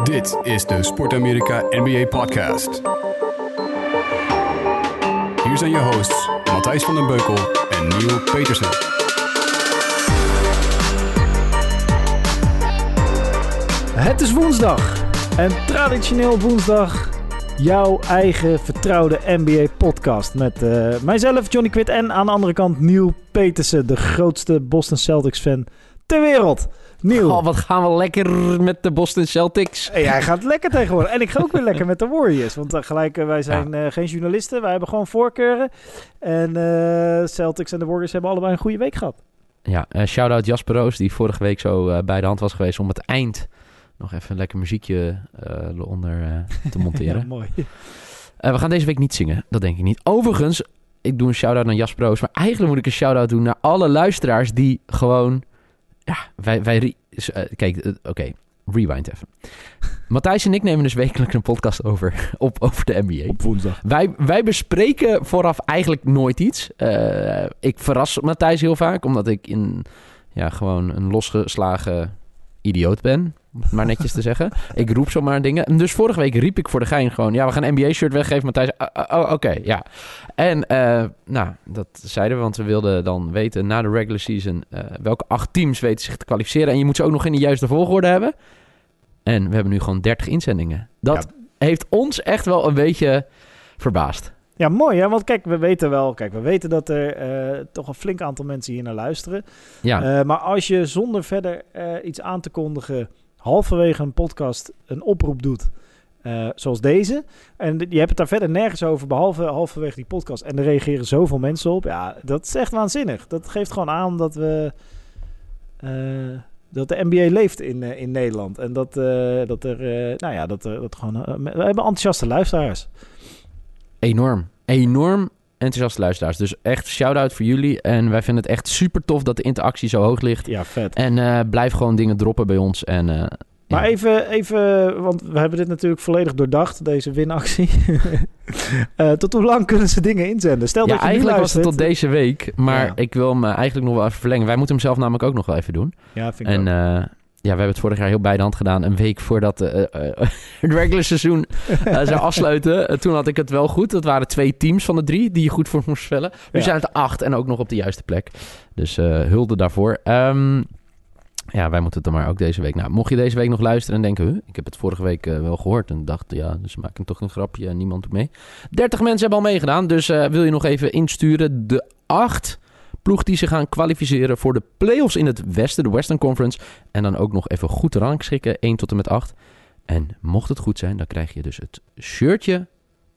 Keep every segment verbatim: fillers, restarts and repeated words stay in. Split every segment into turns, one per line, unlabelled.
Dit is de Sport Amerika N B A podcast. Hier zijn je hosts Matthijs van den Beukel en Neil Petersen.
Het is woensdag en traditioneel op woensdag jouw eigen vertrouwde N B A-podcast met uh, mijzelf, Johnny Quid, en aan de andere kant Neil Petersen, de grootste Boston Celtics-fan ter wereld. Neil.
Oh, wat gaan we lekker met de Boston Celtics.
Hey, hij gaat lekker tegenwoordig. En ik ga ook weer lekker met de Warriors. Want uh, gelijk, uh, wij zijn uh, geen journalisten. Wij hebben gewoon voorkeuren. En uh, Celtics en de Warriors hebben allebei een goede week gehad.
Ja, uh, shout-out Jasper Roos, die vorige week zo uh, bij de hand was geweest om het eind nog even een lekker muziekje uh, eronder uh, te monteren.
Ja, mooi.
Uh, we gaan deze week niet zingen, dat denk ik niet. Overigens, ik doe een shout-out naar Jasper Roos, maar eigenlijk moet ik een shout-out doen naar alle luisteraars die gewoon... Ja, wij... wij uh, kijk, uh, oké, okay. Rewind even. Matthijs en ik nemen dus wekelijks een podcast over, op, over de N B A.
Op woensdag.
Wij, wij bespreken vooraf eigenlijk nooit iets. Uh, ik verras Matthijs heel vaak, omdat ik in, ja, gewoon een losgeslagen idioot ben. Om het maar netjes te zeggen. Ik roep zomaar dingen. En dus vorige week riep ik voor de gein gewoon... Ja, we gaan een N B A-shirt weggeven. Matthijs, oh, oh, oké, okay, ja. En uh, nou, dat zeiden we, want we wilden dan weten na de regular season... Uh, welke acht teams weten zich te kwalificeren. En je moet ze ook nog in de juiste volgorde hebben. En we hebben nu gewoon dertig inzendingen. Dat ja. heeft ons echt wel een beetje verbaasd.
Ja, mooi hè, want kijk, we weten wel, kijk, we weten dat er uh, toch een flink aantal mensen hier naar luisteren. Ja. Uh, maar als je zonder verder uh, iets aan te kondigen, halverwege een podcast een oproep doet, uh, zoals deze, en je hebt het daar verder nergens over, behalve halverwege die podcast, en er reageren zoveel mensen op, ja, dat is echt waanzinnig. Dat geeft gewoon aan dat we... Uh, dat de N B A leeft in, uh, in Nederland. En dat, uh, dat er, uh, nou ja, dat er dat gewoon... Uh, we hebben enthousiaste luisteraars.
Enorm. Enorm enthousiaste luisteraars. Dus echt shout-out voor jullie. En wij vinden het echt super tof dat de interactie zo hoog ligt.
Ja, vet.
En uh, blijf gewoon dingen droppen bij ons. En, uh,
maar ja. even, even, want we hebben dit natuurlijk volledig doordacht, deze winactie. uh, tot hoe lang kunnen ze dingen inzenden? Stel
ja,
dat je
eigenlijk was het tot deze week. Maar
ja.
ik wil hem uh, eigenlijk nog wel even verlengen. Wij moeten hem zelf namelijk ook nog wel even doen.
Ja, vind ik
en,
ook.
Uh, ja, we hebben het vorig jaar heel bij de hand gedaan. Een week voordat uh, uh, het regular seizoen uh, zou afsluiten. Uh, toen had ik het wel goed. Dat waren twee teams van de drie die je goed voor moest vellen. Nu ja. zijn het acht en ook nog op de juiste plek. Dus uh, hulde daarvoor. Um, ja, wij moeten het dan maar ook deze week. Nou, mocht je deze week nog luisteren en denken... Huh, ik heb het vorige week uh, wel gehoord. En dacht, ja, dus maak ik toch een grapje en niemand doet mee. dertig mensen hebben al meegedaan. Dus uh, wil je nog even insturen? De acht... ploeg die zich gaan kwalificeren voor de playoffs in het westen, de Western Conference. En dan ook nog even goed rangschikken, één tot en met acht. En mocht het goed zijn, dan krijg je dus het shirtje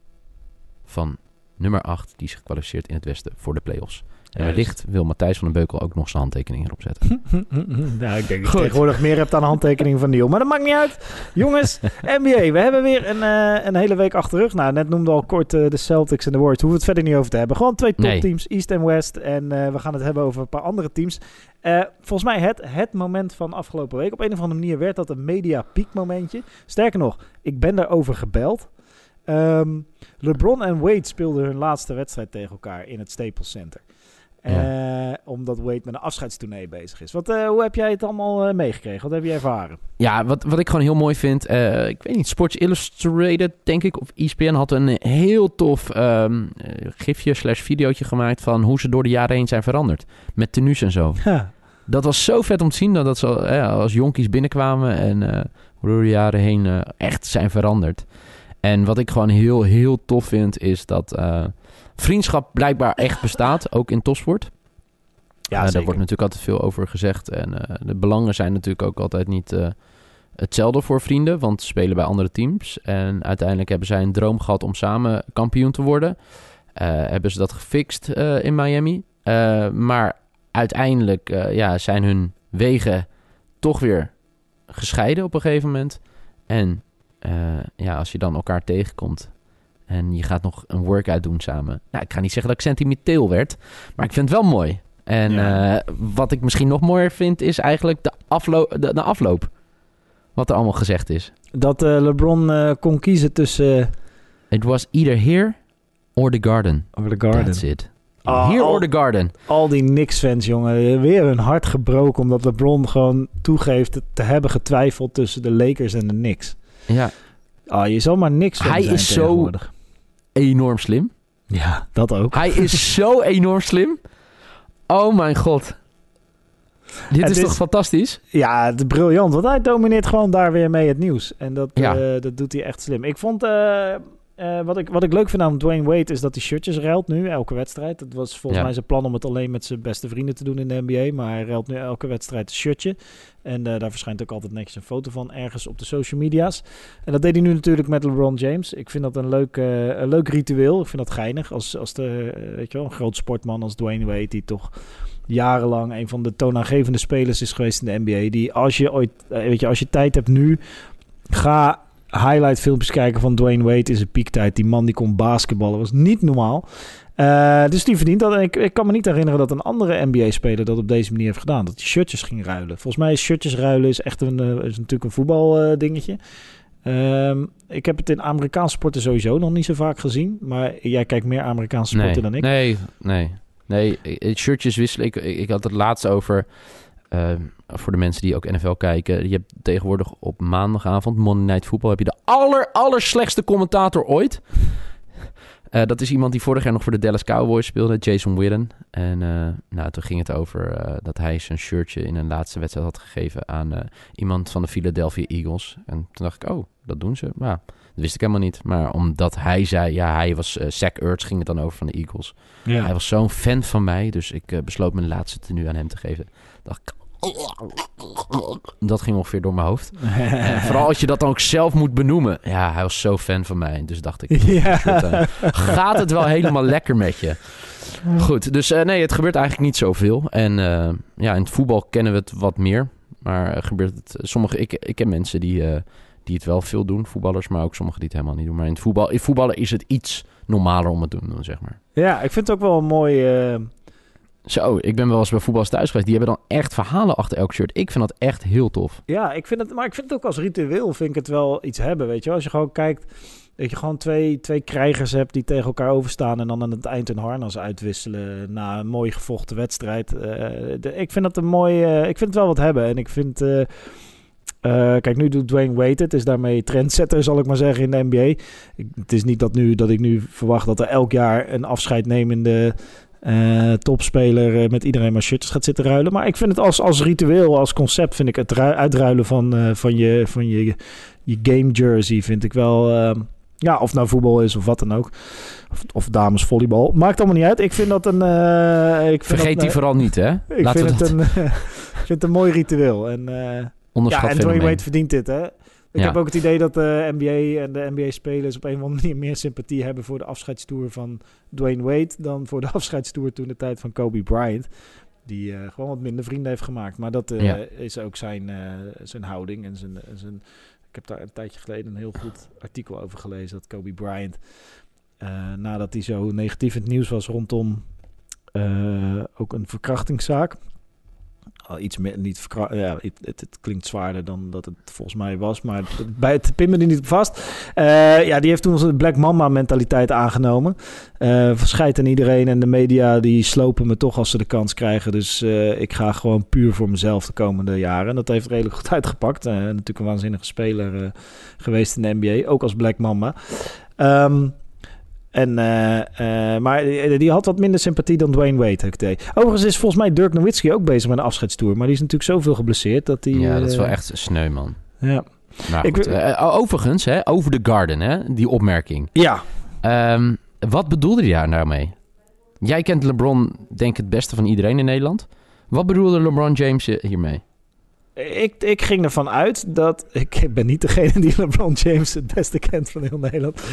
van nummer acht... die zich kwalificeert in het westen voor de playoffs. En wellicht wil Matthijs van den Beukel ook nog zijn handtekening erop zetten.
Nou, ik denk dat je tegenwoordig meer hebt aan de handtekening van Neil. Maar dat maakt niet uit. Jongens, N B A, we hebben weer een, uh, een hele week achter de rug. Nou, net noemde al kort uh, de Celtics en de Warriors. Hoeven we het verder niet over te hebben. Gewoon twee topteams, nee. East en West. En uh, we gaan het hebben over een paar andere teams. Uh, volgens mij het, het moment van afgelopen week. Op een of andere manier werd dat een media piek momentje. Sterker nog, ik ben daarover gebeld. Um, LeBron en Wade speelden hun laatste wedstrijd tegen elkaar in het Staples Center. Ja. Uh, omdat Wade met een afscheidstournee bezig is. Wat, uh, hoe heb jij het allemaal uh, meegekregen? Wat heb je ervaren?
Ja, wat, wat ik gewoon heel mooi vind... Uh, ik weet niet, Sports Illustrated, denk ik, of E S P N... had een heel tof um, gifje slash videootje gemaakt... van hoe ze door de jaren heen zijn veranderd. Met tenues en zo. Ja. Dat was zo vet om te zien... dat, dat ze uh, als jonkies binnenkwamen... en uh, door de jaren heen uh, echt zijn veranderd. En wat ik gewoon heel, heel tof vind... is dat... Uh, vriendschap blijkbaar echt bestaat, ook in topsport. Ja, uh, daar wordt natuurlijk altijd veel over gezegd. En uh, de belangen zijn natuurlijk ook altijd niet uh, hetzelfde voor vrienden, want ze spelen bij andere teams. En uiteindelijk hebben zij een droom gehad om samen kampioen te worden. Uh, hebben ze dat gefixt uh, in Miami. Uh, maar uiteindelijk uh, ja, zijn hun wegen toch weer gescheiden op een gegeven moment. En uh, ja, als je dan elkaar tegenkomt... en je gaat nog een workout doen samen. Nou, ik ga niet zeggen dat ik sentimenteel werd. Maar ik vind het wel mooi. En ja. uh, wat ik misschien nog mooier vind... is eigenlijk de, aflo- de, de afloop. Wat er allemaal gezegd is.
Dat uh, LeBron uh, kon kiezen tussen... Uh...
It was either here or the garden.
Or the garden.
That's it. Oh, here
al,
or the garden.
Al die Knicks-fans, jongen. Weer hun hart gebroken... omdat LeBron gewoon toegeeft te hebben getwijfeld... tussen de Lakers en de Knicks.
Ja.
Oh, je zal maar niks van
Hij
zijn
is zo
tegenwoordig.
enorm slim.
Ja, dat ook.
Hij is zo enorm slim. Oh mijn god. Dit is, is toch fantastisch?
Ja, het is briljant. Want hij domineert gewoon daar weer mee het nieuws. En dat,
ja.
uh, dat doet hij echt slim. Ik vond... Uh, uh, wat, ik, wat ik leuk vind aan Dwayne Wade is dat hij shirtjes ruilt nu, elke wedstrijd. Het was volgens ja. mij zijn plan om het alleen met zijn beste vrienden te doen in de N B A. Maar hij ruilt nu elke wedstrijd een shirtje. En uh, daar verschijnt ook altijd netjes een foto van ergens op de social media's. En dat deed hij nu natuurlijk met LeBron James. Ik vind dat een leuk, uh, een leuk ritueel. Ik vind dat geinig. Als, als de, uh, weet je wel, een groot sportman als Dwayne Wade, die toch jarenlang een van de toonaangevende spelers is geweest in de N B A. Die als je ooit, uh, weet je, als je tijd hebt nu, ga highlight filmpjes kijken van Dwayne Wade in zijn piektijd. Die man die kon basketballen, was niet normaal. Uh, dus die verdient dat. En ik, ik kan me niet herinneren dat een andere N B A-speler dat op deze manier heeft gedaan. Dat hij shirtjes ging ruilen. Volgens mij is shirtjes ruilen is echt een, uh, is natuurlijk een voetbal uh, dingetje. Um, ik heb het in Amerikaanse sporten sowieso nog niet zo vaak gezien. Maar jij kijkt meer Amerikaanse sporten
nee,
dan ik.
Nee, nee. Nee, shirtjes wisselen. Ik, ik, ik had het laatst over... Uh, voor de mensen die ook N F L kijken. Je hebt tegenwoordig op maandagavond, Monday Night Football, heb je de aller, aller slechtste commentator ooit. Uh, dat is iemand die vorig jaar nog voor de Dallas Cowboys speelde, Jason Witten. En uh, nou, toen ging het over uh, dat hij zijn shirtje in een laatste wedstrijd had gegeven aan uh, iemand van de Philadelphia Eagles. En toen dacht ik, oh, dat doen ze. Maar dat wist ik helemaal niet. Maar omdat hij zei, ja, hij was uh, Zach Ertz, ging het dan over van de Eagles. Ja. Hij was zo'n fan van mij, dus ik uh, besloot mijn laatste tenue aan hem te geven. Dacht ik, dat ging ongeveer door mijn hoofd. En vooral als je dat dan ook zelf moet benoemen. Ja, hij was zo fan van mij. Dus dacht ik, ja. gaat het wel helemaal lekker met je? Goed, dus uh, nee, het gebeurt eigenlijk niet zoveel. En uh, ja, in het voetbal kennen we het wat meer. Maar uh, gebeurt het... Sommige, ik, ik ken mensen die, uh, die het wel veel doen, voetballers. Maar ook sommigen die het helemaal niet doen. Maar in het voetbal, in voetballen is het iets normaler om het te doen, zeg maar.
Ja, ik vind het ook wel een mooi... Uh...
Zo, ik ben wel eens bij voetballers thuis geweest. Die hebben dan echt verhalen achter elk shirt. Ik vind dat echt heel tof.
Ja, ik vind het, maar ik vind het ook als ritueel vind ik het wel iets hebben, weet je wel. Als je gewoon kijkt, dat je gewoon twee, twee krijgers hebt die tegen elkaar overstaan en dan aan het eind hun harnas uitwisselen na een mooi gevochten wedstrijd. Uh, de, ik vind dat een mooi, uh, ik vind het wel wat hebben. En ik vind, uh, uh, kijk, nu doet Dwayne Wade het, is daarmee trendsetter, zal ik maar zeggen, in de N B A. Ik, het is niet dat, nu, dat ik nu verwacht dat er elk jaar een afscheidnemende Uh, topspeler uh, met iedereen maar shirtjes gaat zitten ruilen. Maar ik vind het als, als ritueel, als concept, vind ik het ru- uitruilen van, uh, van, je, van je, je game jersey, vind ik wel... Uh, ja, of nou voetbal is of wat dan ook. Of, of damesvolleybal. Maakt allemaal niet uit. Ik vind dat een... Uh, ik vind
Vergeet
dat,
die uh, vooral niet, hè?
Ik vind het, een, uh, vind het een mooi ritueel. En, uh,
Onderschat
ja, en Dwayne Wade verdient dit, hè? Ik
ja.
heb ook het idee dat de N B A en de N B A-spelers op een of andere manier meer sympathie hebben voor de afscheidstoer van Dwayne Wade dan voor de afscheidstoer toen de tijd van Kobe Bryant. Die uh, gewoon wat minder vrienden heeft gemaakt. Maar dat uh, ja. is ook zijn, uh, zijn houding en zijn, zijn... Ik heb daar een tijdje geleden een heel goed artikel over gelezen dat Kobe Bryant, uh, nadat hij zo negatief in het nieuws was rondom uh, ook een verkrachtingszaak. Al iets meer, niet verkra- ja, het, het, het klinkt zwaarder dan dat het volgens mij was, maar het, bij het pin me er niet op vast. Uh, ja, die heeft toen onze Black Mamba mentaliteit aangenomen. Uh, Verschijt aan iedereen en de media die slopen me toch als ze de kans krijgen. Dus uh, ik ga gewoon puur voor mezelf de komende jaren. En dat heeft redelijk goed uitgepakt. Uh, natuurlijk een waanzinnige speler uh, geweest in de N B A, ook als Black Mamba. Um, En, uh, uh, maar die, die had wat minder sympathie dan Dwayne Wade. Ik deed. Overigens is volgens mij Dirk Nowitzki ook bezig met een afscheidstoer. Maar die is natuurlijk zoveel geblesseerd dat hij...
Ja, dat is wel
uh,
echt sneu, man.
Ja.
Nou, goed, ik, uh, overigens, hè, over The Garden, hè, die opmerking.
Ja.
Um, wat bedoelde hij daar nou mee? Jij kent LeBron, denk ik, het beste van iedereen in Nederland. Wat bedoelde LeBron James hiermee?
Ik, ik ging ervan uit dat... Ik ben niet degene die LeBron James het beste kent van heel Nederland.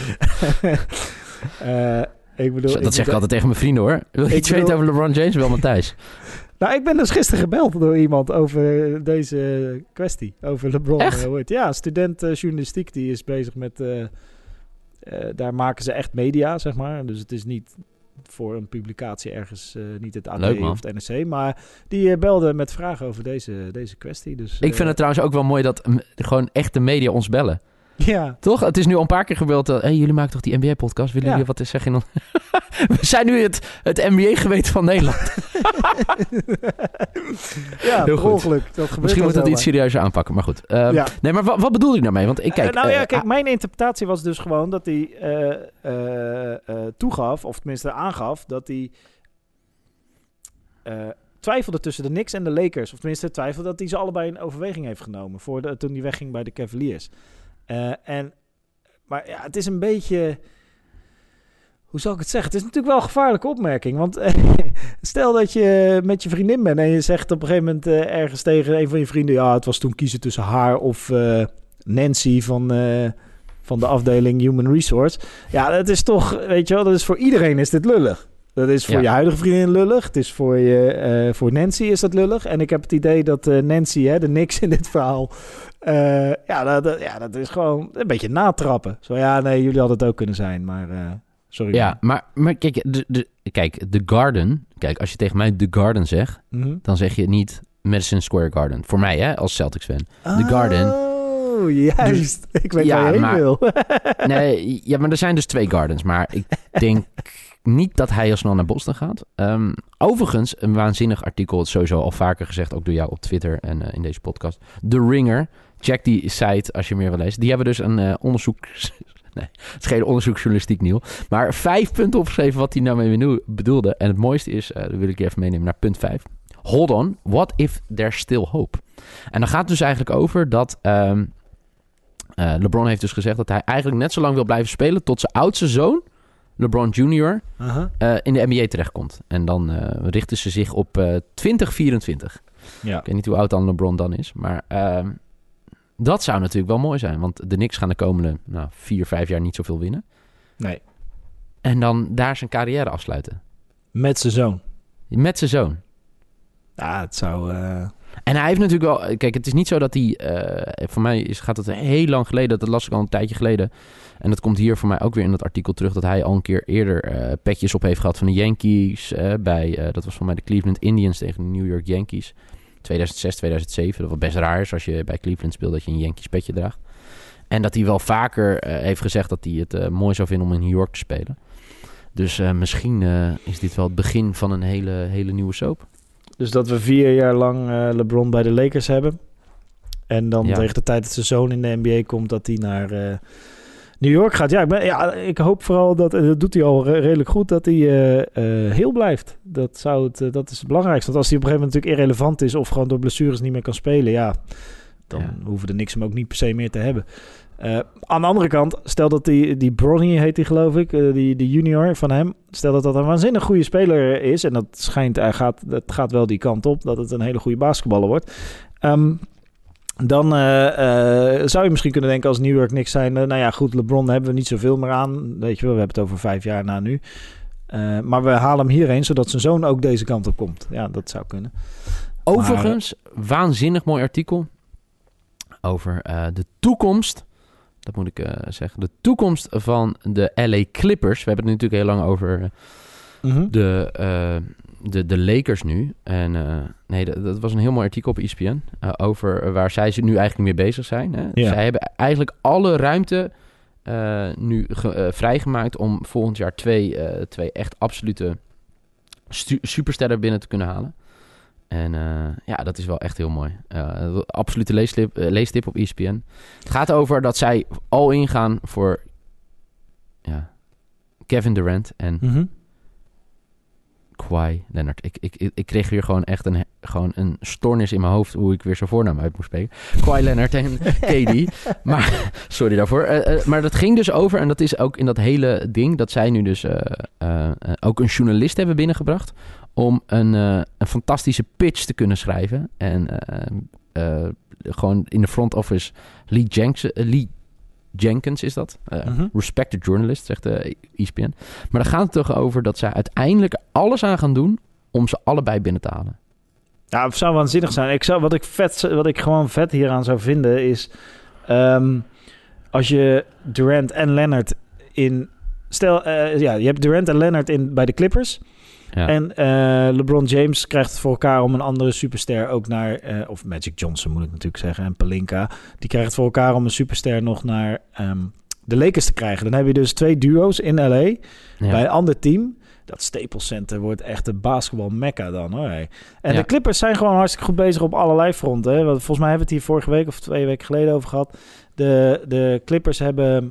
Uh, ik bedoel,
Zo, dat
ik
zeg ik altijd tegen mijn vrienden, hoor. Wil je iets
bedoel...
weten over LeBron James? Wel, Matthijs.
Nou, ik ben dus gisteren gebeld door iemand over deze kwestie. Over LeBron.
Echt?
Uh, ja, student uh, journalistiek die is bezig met... Uh, uh, daar maken ze echt media, zeg maar. Dus het is niet voor een publicatie ergens, uh, niet het A D
Leuk,
of het N R C. Maar die uh, belde met vragen over deze, deze kwestie. Dus, uh,
ik vind het trouwens ook wel mooi dat m- gewoon echte media ons bellen.
Ja.
Toch? Het is nu al een paar keer gebeurd. Dat, hey, jullie maken toch die N B A-podcast? Willen
Ja.
jullie wat zeggen? Dan... We zijn nu het, het N B A-geweten van Nederland.
Ja,
Heel
per
goed.
ongeluk. Dat gebeurt
Misschien moet
wel
dat iets
zomaar.
serieuzer aanpakken. Maar goed. Um,
Ja.
Nee, maar wat, wat bedoel ik daarmee? Want ik kijk...
Eh, nou ja,
uh,
kijk, mijn interpretatie was dus gewoon dat hij uh, uh, uh, toegaf, of tenminste aangaf, dat hij uh, twijfelde tussen de Knicks en de Lakers. Of tenminste twijfelde dat hij ze allebei in overweging heeft genomen voor de, toen hij wegging bij de Cavaliers. Uh, en, maar ja, het is een beetje... Hoe zal ik het zeggen? Het is natuurlijk wel een gevaarlijke opmerking. Want uh, stel dat je met je vriendin bent en je zegt op een gegeven moment uh, ergens tegen een van je vrienden... Ja, het was toen kiezen tussen haar of uh, Nancy van, uh, van de afdeling Human Resource. Ja, dat is toch, weet je wel, dat is voor iedereen is dit lullig. Dat is voor ja. je huidige vriendin lullig. Het is voor, je, uh, voor Nancy is dat lullig. En ik heb het idee dat uh, Nancy, hè, de Knicks in dit verhaal... Uh, ja, dat, dat, ja, dat is gewoon een beetje natrappen. Zo ja, nee, jullie hadden het ook kunnen zijn, maar... Uh, Sorry.
Ja, maar, maar kijk, de, de, kijk, The Garden. Kijk, als je tegen mij The Garden zegt, mm-hmm. dan zeg je niet Madison Square Garden. Voor mij, hè, als Celtics fan. The
oh,
Garden.
Oh, juist. Dus, ik weet ja, waar je heen
maar,
wil.
nee, ja, maar er zijn dus twee Gardens. Maar ik denk niet dat hij al snel naar Boston gaat. Um, overigens, een waanzinnig artikel. Het sowieso al vaker gezegd, ook door jou op Twitter en uh, in deze podcast. The Ringer. Check die site als je meer wil lezen. Die hebben dus een uh, onderzoek... Nee, het is geen onderzoeksjournalistiek, Niel. Maar vijf punten opgeschreven wat hij nou mee bedoelde. En het mooiste is, uh, dat wil ik je even meenemen naar punt vijf. Hold on, what if there's still hope? En dan gaat het dus eigenlijk over dat... Um, uh, LeBron heeft dus gezegd dat hij eigenlijk net zo lang wil blijven spelen... tot zijn oudste zoon, LeBron junior, uh-huh. uh, in de N B A terechtkomt. En dan uh, richten ze zich op uh, twintig vierentwintig. Ja. Ik weet niet hoe oud dan LeBron dan is, maar... Uh, Dat zou natuurlijk wel mooi zijn. Want de Knicks gaan de komende nou, vier, vijf jaar niet zoveel winnen.
Nee.
En dan daar zijn carrière afsluiten.
Met zijn zoon.
Met zijn zoon.
Ja, het zou... Uh...
En hij heeft natuurlijk wel... Kijk, het is niet zo dat hij... Uh, voor mij is, gaat het heel lang geleden. Dat las ik al een tijdje geleden. En dat komt hier voor mij ook weer in dat artikel terug. Dat hij al een keer eerder uh, petjes op heeft gehad van de Yankees. Uh, bij, uh, dat was voor mij de Cleveland Indians tegen de New York Yankees. tweeduizend zes, tweeduizend zeven. Dat was best raar is als je bij Cleveland speelt dat je een Yankees petje draagt. En dat hij wel vaker uh, heeft gezegd dat hij het uh, mooi zou vinden om in New York te spelen. Dus uh, misschien uh, is dit wel het begin van een hele, hele nieuwe soap.
Dus dat we vier jaar lang uh, LeBron bij de Lakers hebben. En dan ja. tegen de tijd dat zijn zoon in de N B A komt, dat hij naar uh, New York gaat. Ja ik, ben, ja, ik hoop vooral dat, en dat doet hij al re- redelijk goed, dat hij uh, uh, heel blijft. Dat, zou het, uh, dat is het belangrijkste. Want als hij op een gegeven moment natuurlijk irrelevant is of gewoon door blessures niet meer kan spelen, ja, dan ja. hoeven de Knicks hem ook niet per se meer te hebben. Uh, aan de andere kant, stel dat die, die Bronny heet die geloof ik, uh, die, die junior van hem, stel dat dat een waanzinnig goede speler is, en dat schijnt, hij gaat, het gaat wel die kant op, dat het een hele goede basketballer wordt. Um, Dan uh, uh, zou je misschien kunnen denken als New York Knicks zijn... Uh, nou ja, goed, LeBron hebben we niet zoveel meer aan. Weet je wel, we hebben het over vijf jaar na nu. Uh, maar we halen hem hierheen, zodat zijn zoon ook deze kant op komt. Ja, dat zou kunnen.
Overigens, maar, waanzinnig mooi artikel... over uh, de toekomst... dat moet ik uh, zeggen... de toekomst van de L A Clippers. We hebben het natuurlijk heel lang over... Uh, mm-hmm. de... Uh, De, de Lakers nu. En uh, nee, dat, dat was een heel mooi artikel op E S P N. Uh, over uh, waar zij ze nu eigenlijk mee bezig zijn. Hè? Ja. Zij hebben eigenlijk alle ruimte uh, nu ge, uh, vrijgemaakt om volgend jaar twee, uh, twee echt absolute stu- supersterren binnen te kunnen halen. En uh, ja, dat is wel echt heel mooi. Uh, absolute leestip, uh, leestip op E S P N. Het gaat over dat zij al ingaan voor ja, Kevin Durant en... Mm-hmm. Kawhi Leonard. Ik, ik, ik kreeg weer gewoon echt een, gewoon een stoornis in mijn hoofd... hoe ik weer zijn voornaam uit moest spreken. Kawhi Leonard en K D. Maar, sorry daarvoor. Uh, uh, maar dat ging dus over... en dat is ook in dat hele ding... dat zij nu dus uh, uh, uh, ook een journalist hebben binnengebracht... om een, uh, een fantastische pitch te kunnen schrijven. En uh, uh, gewoon in de front office... Lee Jenkins... Uh, Lee Jenkins is dat. Uh, mm-hmm. Respected journalist, zegt de E S P N. Maar dan gaat het toch over dat zij uiteindelijk alles aan gaan doen... om ze allebei binnen te halen.
Ja, het zou waanzinnig zijn. Ik zou, wat, ik vet, wat ik gewoon vet hieraan zou vinden is... Um, als je Durant en Leonard in... Stel, uh, ja, je hebt Durant en Leonard in, bij de Clippers...
Ja.
En uh, LeBron James krijgt het voor elkaar om een andere superster ook naar... Uh, of Magic Johnson moet ik natuurlijk zeggen. En Pelinka. Die krijgt het voor elkaar om een superster nog naar um, de Lakers te krijgen. Dan heb je dus twee duo's in L A. Ja. Bij een ander team. Dat Staples Center wordt echt een basketbal-mekka dan, hoor. En ja. de Clippers zijn gewoon hartstikke goed bezig op allerlei fronten. Hè. Volgens mij hebben we het hier vorige week of twee weken geleden over gehad. De, de Clippers hebben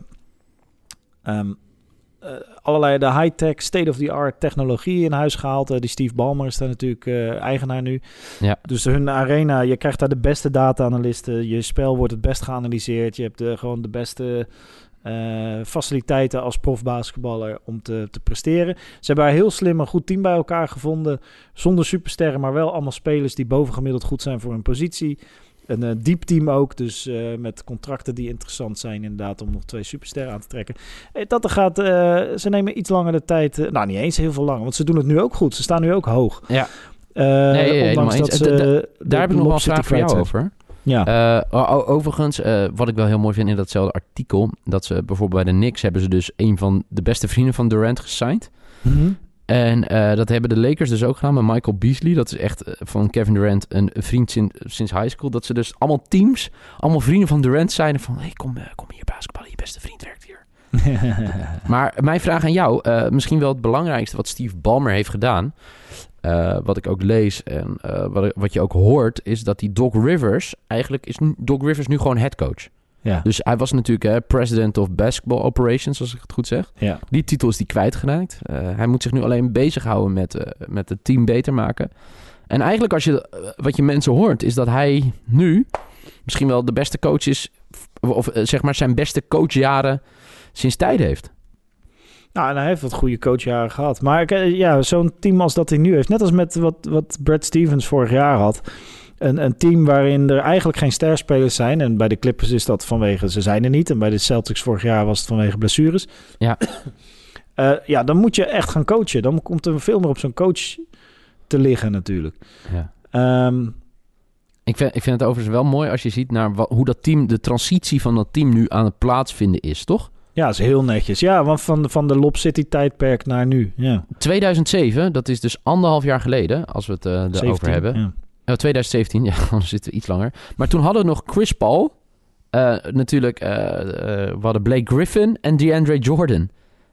um, uh, allerlei de high-tech, state-of-the-art technologie in huis gehaald. Uh, die Steve Ballmer is daar natuurlijk uh, eigenaar nu.
Ja.
Dus hun arena, je krijgt daar de beste data-analysten. Je spel wordt het best geanalyseerd. Je hebt de, gewoon de beste... Uh, faciliteiten als profbasketballer om te, te presteren. Ze hebben een heel slim een goed team bij elkaar gevonden. Zonder supersterren, maar wel allemaal spelers die bovengemiddeld goed zijn voor hun positie. Een uh, diep team ook, dus uh, met contracten die interessant zijn inderdaad om nog twee supersterren aan te trekken. Uh, dat er gaat, uh, ze nemen iets langer de tijd. Uh, nou, niet eens heel veel langer, want ze doen het nu ook goed. Ze staan nu ook hoog.
Ja.
Uh,
nee,
ondanks dat ze,
da, da,
de,
daar heb ik nog wel een vraag voor jou
zijn.
over.
Ja.
Uh, overigens, uh, wat ik wel heel mooi vind in datzelfde artikel, dat ze bijvoorbeeld bij de Knicks hebben ze dus een van de beste vrienden van Durant gesigned.
Mm-hmm.
En uh, dat hebben de Lakers dus ook gedaan met Michael Beasley. Dat is echt uh, van Kevin Durant een vriend sin, sinds high school. Dat ze dus allemaal teams, allemaal vrienden van Durant zeiden van... hey, kom, uh, kom hier basketballen, je beste vriend werkt hier. Maar mijn vraag aan jou, uh, misschien wel het belangrijkste wat Steve Ballmer heeft gedaan... Uh, wat ik ook lees en uh, wat, wat je ook hoort... is dat die Doc Rivers... eigenlijk is Doc Rivers nu gewoon headcoach.
Ja.
Dus hij was natuurlijk uh, president of basketball operations, als ik het goed zeg.
Ja. Die
titel is die kwijtgeraakt. Uh, hij moet zich nu alleen bezighouden met, uh, met het team beter maken. En eigenlijk als je, uh, wat je mensen hoort... is dat hij nu misschien wel de beste coach is... of uh, zeg maar zijn beste coachjaren sinds tijd heeft.
Nou, en hij heeft wat goede coachjaren gehad. Maar ja, zo'n team als dat hij nu heeft... net als met wat, wat Brad Stevens vorig jaar had... Een, een team waarin er eigenlijk geen sterspelers zijn... en bij de Clippers is dat vanwege... ze zijn er niet... en bij de Celtics vorig jaar was het vanwege blessures.
Ja,
uh, ja dan moet je echt gaan coachen. Dan komt er veel meer op zo'n coach te liggen natuurlijk.
Ja.
Um,
ik, vind, ik vind het overigens wel mooi als je ziet... naar wat, hoe dat team, de transitie van dat team nu aan het plaatsvinden is, toch?
Ja, dat is heel netjes. Ja, want van, van de Lob City tijdperk naar nu. Ja.
tweeduizend zeven, dat is dus anderhalf jaar geleden... als we het uh, erover
zeventien,
hebben...
Ja.
Oh, tweeduizend zeventien, ja, anders zitten we iets langer. Maar toen hadden we nog Chris Paul. Uh, natuurlijk, uh, uh, we hadden Blake Griffin en DeAndre Jordan.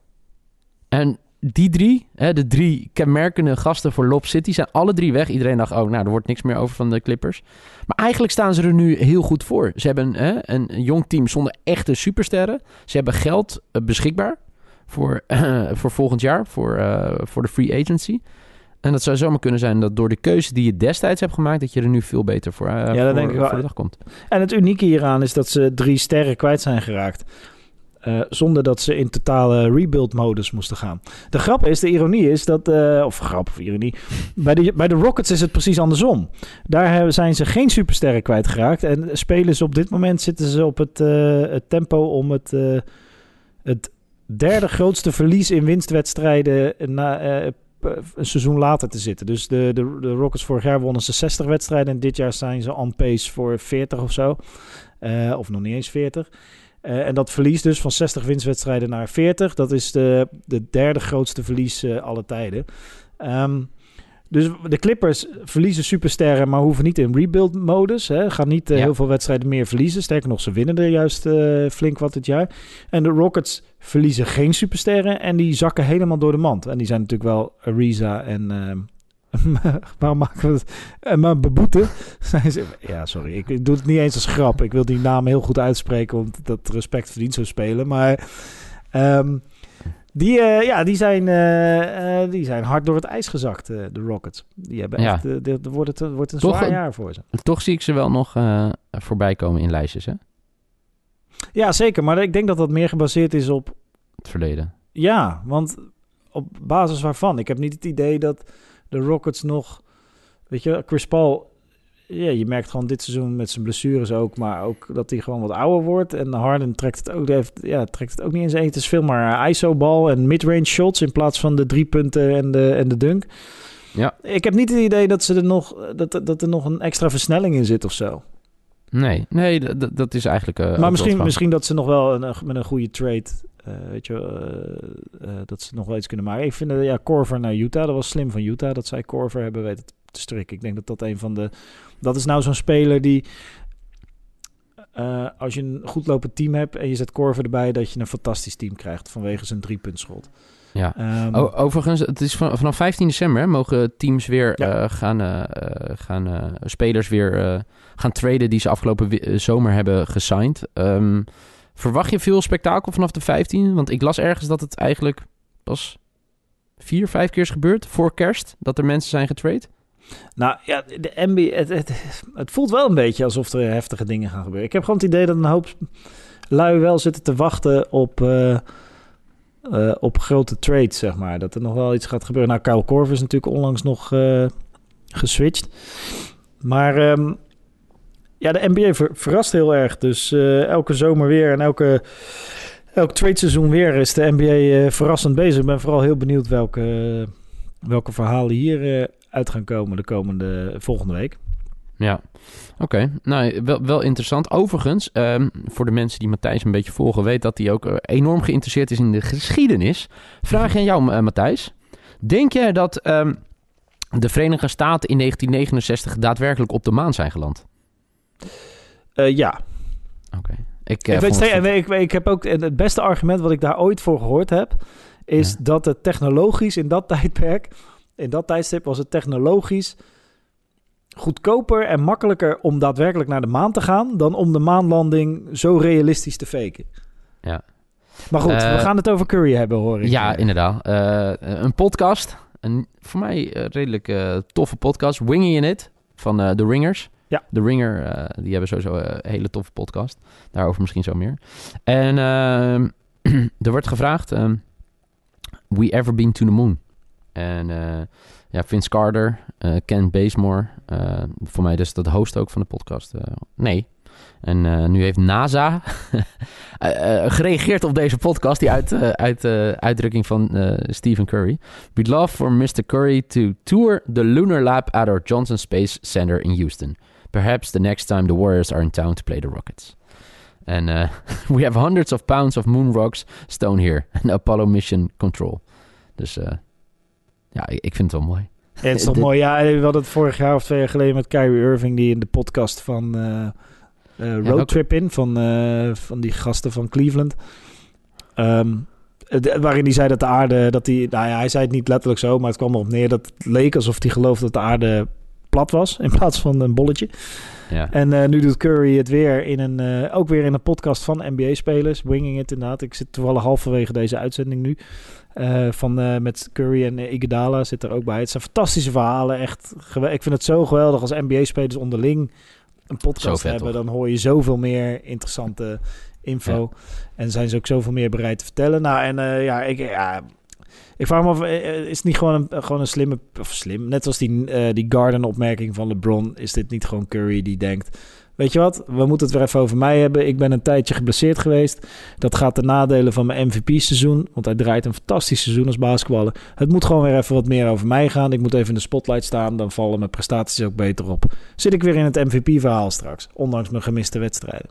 En die drie, hè, de drie kenmerkende gasten voor Lob City... zijn alle drie weg. Iedereen dacht, oh, nou, er wordt niks meer over van de Clippers. Maar eigenlijk staan ze er nu heel goed voor. Ze hebben hè, een, een jong team zonder echte supersterren. Ze hebben geld uh, beschikbaar voor, uh, voor volgend jaar, voor, uh, voor de free agency... En dat zou zomaar kunnen zijn dat door de keuze die je destijds hebt gemaakt... dat je er nu veel beter voor, uh, ja, voor, denk ik wel. voor de dag komt.
En het unieke hieraan is dat ze drie sterren kwijt zijn geraakt. Uh, zonder dat ze in totale rebuild-modus moesten gaan. De grap is, de ironie is dat... Uh, of grap of ironie... bij, de, bij de Rockets is het precies andersom. Daar hebben, zijn ze geen supersterren kwijtgeraakt. En spelen ze op dit moment zitten ze op het, uh, het tempo om het... Uh, het derde grootste verlies in winstwedstrijden... na uh, een seizoen later te zitten. Dus de, de, de Rockets vorig jaar wonnen ze zestig wedstrijden... en dit jaar zijn ze on pace voor veertig of zo. Uh, of nog niet eens veertig. Uh, en dat verlies dus van zestig winstwedstrijden naar veertig... dat is de, de derde grootste verlies uh, alle tijden. Um, dus de Clippers verliezen supersterren... maar hoeven niet in rebuild-modus. Hè. Gaan niet uh, ja. heel veel wedstrijden meer verliezen. Sterker nog, ze winnen er juist uh, flink wat dit jaar. En de Rockets verliezen geen supersterren... en die zakken helemaal door de mand. En die zijn natuurlijk wel Ariza en... Uh, waarom maken we het? En maar beboeten. Ja, sorry. Ik doe het niet eens als grap. Ik wil die naam heel goed uitspreken... want dat respect verdient zo spelen. Maar... Um, Die, uh, ja, die, zijn, uh, uh, die zijn hard door het ijs gezakt, uh, de Rockets. Die hebben
ja.
echt, uh, de, de, wordt het wordt een
toch,
zwaar jaar voor ze.
Toch zie ik ze wel nog uh, voorbij komen in lijstjes, hè?
Ja, zeker. Maar ik denk dat dat meer gebaseerd is op...
het verleden.
Ja, want op basis waarvan? Ik heb niet het idee dat de Rockets nog... Weet je, Chris Paul... Ja, je merkt gewoon dit seizoen met zijn blessures ook, maar ook dat hij gewoon wat ouder wordt. En Harden trekt het ook, heeft, ja, trekt het ook niet eens één. Het is veel maar I S O-bal en midrange shots in plaats van de drie punten en de, en de dunk.
Ja.
Ik heb niet het idee dat, ze er nog, dat, dat er nog een extra versnelling in zit of zo.
Nee, nee d- d- dat is eigenlijk... Uh,
maar misschien, misschien dat ze nog wel een, met een goede trade... Uh, weet je, uh, uh, dat ze nog wel iets kunnen maken. Ik vind dat ja, Korver naar Utah, dat was slim van Utah dat zij Korver hebben weten te strikken. Ik denk dat dat een van de... Dat is nou zo'n speler die... Uh, als je een goed lopend team hebt en je zet Korver erbij, dat je een fantastisch team krijgt vanwege zijn driepuntschot.
Ja. Um, o- overigens, het is van, vanaf vijftien december mogen teams weer ja. uh, gaan, uh, gaan uh, spelers weer uh, gaan traden die ze afgelopen wi- zomer hebben gesigned. Um, verwacht je veel spektakel vanaf de vijftien? Want ik las ergens dat het eigenlijk pas vier, vijf keer is gebeurd voor kerst, dat er mensen zijn getrade.
Nou ja, de N B A, het, het, het voelt wel een beetje alsof er heftige dingen gaan gebeuren. Ik heb gewoon het idee dat een hoop lui wel zitten te wachten op, uh, uh, op grote trades, zeg maar. Dat er nog wel iets gaat gebeuren. Nou, Kyle Korver is natuurlijk onlangs nog uh, geswitcht. Maar um, ja, de N B A ver, verrast heel erg. Dus uh, elke zomer weer en elke, elk trade-seizoen weer is de N B A uh, verrassend bezig. Ik ben vooral heel benieuwd welke, uh, welke verhalen hier... Uh, uit gaan komen de komende volgende week.
Ja, oké. Okay. Nou, wel, wel interessant. Overigens, um, voor de mensen die Matthijs een beetje volgen, weet dat hij ook uh, enorm geïnteresseerd is in de geschiedenis. Vraag je aan jou, uh, Matthijs. Denk jij dat um, de Verenigde Staten in negentien negenenzestig daadwerkelijk op de maan zijn geland?
Uh, ja.
Oké. Okay. Ik, uh,
ik, weet steeds, ik, ik heb ook het beste argument wat ik daar ooit voor gehoord heb, is ja. dat het technologisch in dat tijdperk... In dat tijdstip was het technologisch goedkoper en makkelijker om daadwerkelijk naar de maan te gaan dan om de maanlanding zo realistisch te faken.
Ja.
Maar goed, uh, we gaan het over Curry hebben, hoor ik.
Ja, inderdaad. Uh, een podcast, een voor mij uh, redelijk uh, toffe podcast, Winging in It, van uh, The Ringers. Ja. The Ringer, uh, die hebben sowieso een hele toffe podcast. Daarover misschien zo meer. En uh, er wordt gevraagd, um, we ever been to the moon? En uh, ja, Vince Carter, uh, Ken Bazemore, uh, voor mij dus dat host ook van de podcast. Uh, nee. En uh, nu heeft NASA uh, uh, gereageerd op deze podcast, die uit, uh, uit uh, uitdrukking van uh, Stephen Curry. We'd love for mister Curry to tour the lunar lab at our Johnson Space Center in Houston. Perhaps the next time the Warriors are in town to play the Rockets. And uh, we have hundreds of pounds of moon rocks stone here. And Apollo mission control. Dus... Uh, Ja, ik vind het wel mooi.
Ja, het is toch mooi. Ja, we hadden het vorig jaar of twee jaar geleden met Kyrie Irving, die in de podcast van uh, uh, Road ja, Trip in, van, uh, van die gasten van Cleveland. Um, de, waarin hij zei dat de aarde, dat hij, nou ja, hij zei het niet letterlijk zo, maar het kwam erop neer dat het leek alsof hij geloofde dat de aarde plat was, in plaats van een bolletje. Ja. En uh, nu doet Curry het weer in een, uh, ook weer in een podcast van N B A-spelers, Winging It inderdaad. Ik zit toevallig halverwege deze uitzending nu. Uh, van, uh, met Curry en uh, Iguodala zit er ook bij. Het zijn fantastische verhalen. Echt gewe- ik vind het zo geweldig als N B A-spelers onderling een podcast vet, hebben. Toch? Dan hoor je zoveel meer interessante info. Ja. En zijn ze ook zoveel meer bereid te vertellen. Nou, en uh, ja, ik, ja, ik vraag me af, uh, is het niet gewoon een, gewoon een slimme... Of slim, net als die, uh, die Garden-opmerking van LeBron... is dit niet gewoon Curry die denkt... Weet je wat, we moeten het weer even over mij hebben. Ik ben een tijdje geblesseerd geweest. Dat gaat ten nadele van mijn M V P-seizoen. Want hij draait een fantastisch seizoen als basketballer. Het moet gewoon weer even wat meer over mij gaan. Ik moet even in de spotlight staan. Dan vallen mijn prestaties ook beter op. Zit ik weer in het M V P-verhaal straks. Ondanks mijn gemiste wedstrijden.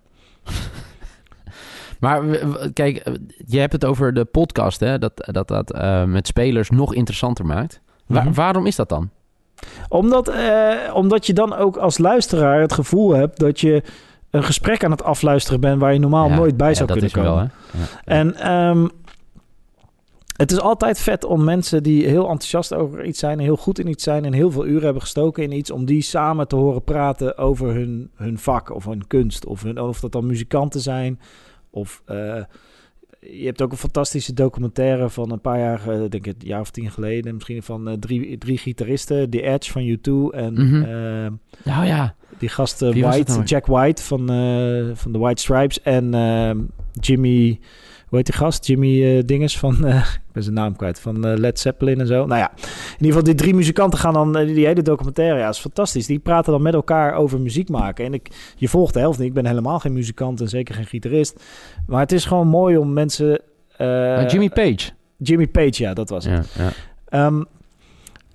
Maar kijk, je hebt het over de podcast. Hè? Dat dat, dat uh, met spelers nog interessanter maakt. Wa- mm-hmm. Waarom is dat dan?
Omdat, uh, omdat je dan ook als luisteraar het gevoel hebt dat je een gesprek aan het afluisteren bent waar je normaal ja, nooit bij ja, zou kunnen komen. Wel, hè? Ja, ja. En um, het is altijd vet om mensen die heel enthousiast over iets zijn, heel goed in iets zijn en heel veel uren hebben gestoken in iets, om die samen te horen praten over hun, hun vak of hun kunst. Of, hun, of dat dan muzikanten zijn of... Uh, Je hebt ook een fantastische documentaire van een paar jaar, uh, denk ik een jaar of tien geleden, misschien van uh, drie, drie gitaristen, The Edge van U twee en
mm-hmm. uh, oh, ja.
die gasten White, nou? Jack White van, uh, van The White Stripes en uh, Jimmy, hoe heet die gast? Jimmy uh, Dinges van, uh, ik ben zijn naam kwijt, van uh, Led Zeppelin en zo. Nou ja, in ieder geval die drie muzikanten gaan dan, uh, die hele documentaire, ja, is fantastisch. Die praten dan met elkaar over muziek maken. En ik, je volgt de helft niet, ik ben helemaal geen muzikant en zeker geen gitarist. Maar het is gewoon mooi om mensen... Uh,
uh, Jimmy Page.
Jimmy Page, ja, dat was het.
Ja, ja.
Um,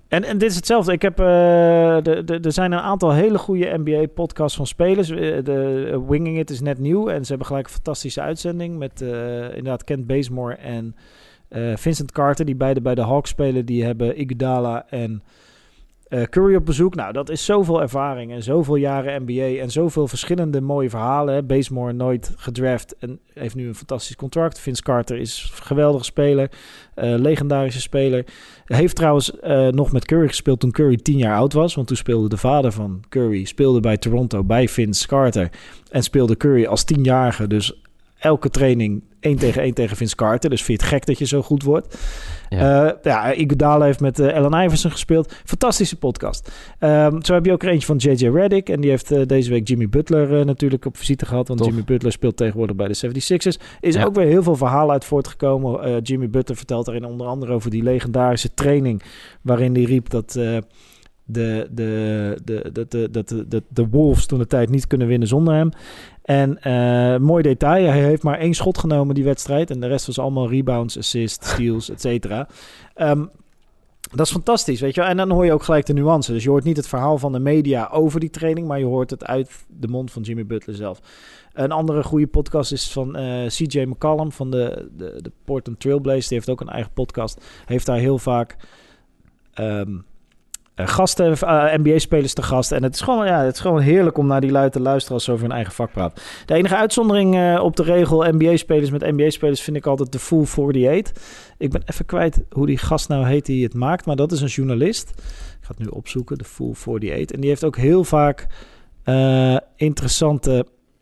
En, en dit is hetzelfde. Ik heb, uh, er zijn een aantal hele goede N B A-podcasts van spelers. Uh, de uh, Winging It is net nieuw. En ze hebben gelijk een fantastische uitzending met uh, inderdaad Kent Bazemore en uh, Vincent Carter, die beide bij de Hawks spelen. Die hebben Iguodala en uh, Curry op bezoek. Nou, dat is zoveel ervaring en zoveel jaren N B A en zoveel verschillende mooie verhalen. Hè. Bazemore nooit gedraft en heeft nu een fantastisch contract. Vince Carter is een geweldige speler. Uh, legendarische speler. Heeft trouwens uh, nog met Curry gespeeld toen Curry tien jaar oud was. Want toen speelde de vader van Curry speelde bij Toronto bij Vince Carter. En speelde Curry als tienjarige. Dus elke training één tegen één tegen Vince Carter. Dus vind je het gek dat je zo goed wordt. Ja, uh, ja Iguodala heeft met uh, Allen Iverson gespeeld. Fantastische podcast. Um, zo heb je ook er eentje van J J Redick. En die heeft uh, deze week Jimmy Butler uh, natuurlijk op visite gehad. Want Tof. Jimmy Butler speelt tegenwoordig bij de zevenenzeventigers. Is ja. ook weer heel veel verhalen uit voortgekomen. Uh, Jimmy Butler vertelt daarin onder andere over die legendarische training waarin hij riep dat Uh, De, de, de, de, de, de, de, de Wolves toen de tijd niet kunnen winnen zonder hem. En uh, mooi detail, hij heeft maar één schot genomen die wedstrijd. En de rest was allemaal rebounds, assists, steals, et cetera. Um, dat is fantastisch, weet je wel. En dan hoor je ook gelijk de nuance. Dus je hoort niet het verhaal van de media over die training, maar je hoort het uit de mond van Jimmy Butler zelf. Een andere goede podcast is van uh, C J McCollum van de, de, de Portland Trailblazers. Die heeft ook een eigen podcast. Heeft daar heel vaak Um, Uh, gasten, uh, N B A-spelers te gast. En het is, gewoon, ja, het is gewoon heerlijk om naar die lui te luisteren als ze over hun eigen vak praat. De enige uitzondering uh, op de regel N B A-spelers met N B A-spelers vind ik altijd de Full forty-eight. Ik ben even kwijt hoe die gast nou heet die het maakt, maar dat is een journalist. Ik ga het nu opzoeken, de Full forty-eight. En die heeft ook heel vaak uh, interessante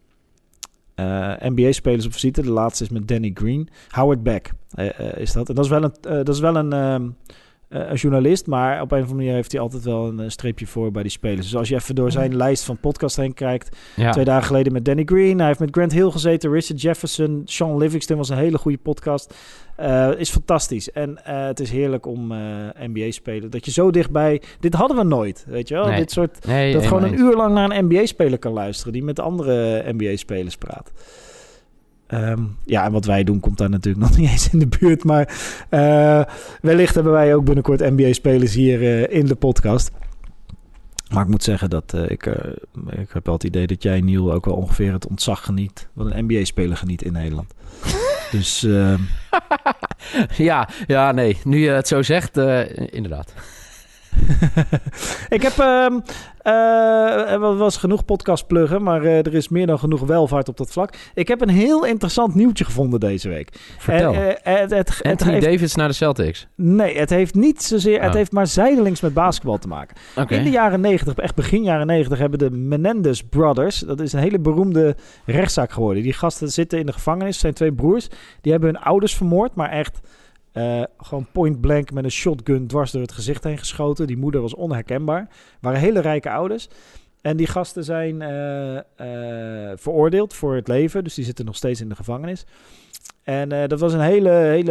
uh, N B A-spelers op visite. De laatste is met Danny Green. Howard Beck uh, uh, is dat. En dat is wel een... Uh, dat is wel een uh, Uh, een journalist, maar op een of andere manier heeft hij altijd wel een uh, streepje voor bij die spelers. Dus als je even door zijn lijst van podcast heen kijkt, ja. twee dagen geleden met Danny Green, hij heeft met Grant Hill gezeten, Richard Jefferson, Sean Livingston was een hele goede podcast. Uh, is fantastisch. En uh, het is heerlijk om uh, N B A-spelen. Dat je zo dichtbij... Dit hadden we nooit, weet je wel? Nee. Dit soort... Nee, dat gewoon een eens. uur lang naar een N B A-speler kan luisteren die met andere N B A-spelers praat. Um, ja, en wat wij doen komt daar natuurlijk nog niet eens in de buurt. Maar uh, wellicht hebben wij ook binnenkort N B A-spelers hier uh, in de podcast. Maar ik moet zeggen dat uh, ik, uh, ik heb wel het idee dat jij, Niel, ook wel ongeveer het ontzag geniet wat een N B A-speler geniet in Nederland. Dus uh...
ja, ja, nee. Nu je het zo zegt, uh, inderdaad.
Ik heb um, uh, er was genoeg podcast pluggen, maar uh, er is meer dan genoeg welvaart op dat vlak. Ik heb een heel interessant nieuwtje gevonden deze week.
Vertel.
Uh, uh, het, het,
Anthony
het heeft,
Davis naar de Celtics.
Nee, het heeft niet zozeer.
Oh.
Het heeft maar zijdelings met basketbal te maken. Okay. In de jaren negentig, echt begin jaren negentig, hebben de Menendez Brothers, dat is een hele beroemde rechtszaak geworden. Die gasten zitten in de gevangenis, het zijn twee broers. Die hebben hun ouders vermoord, maar echt Uh, gewoon point blank met een shotgun dwars door het gezicht heen geschoten. Die moeder was onherkenbaar. Waren hele rijke ouders. En die gasten zijn uh, uh, veroordeeld voor het leven. Dus die zitten nog steeds in de gevangenis. En uh, dat was een hele,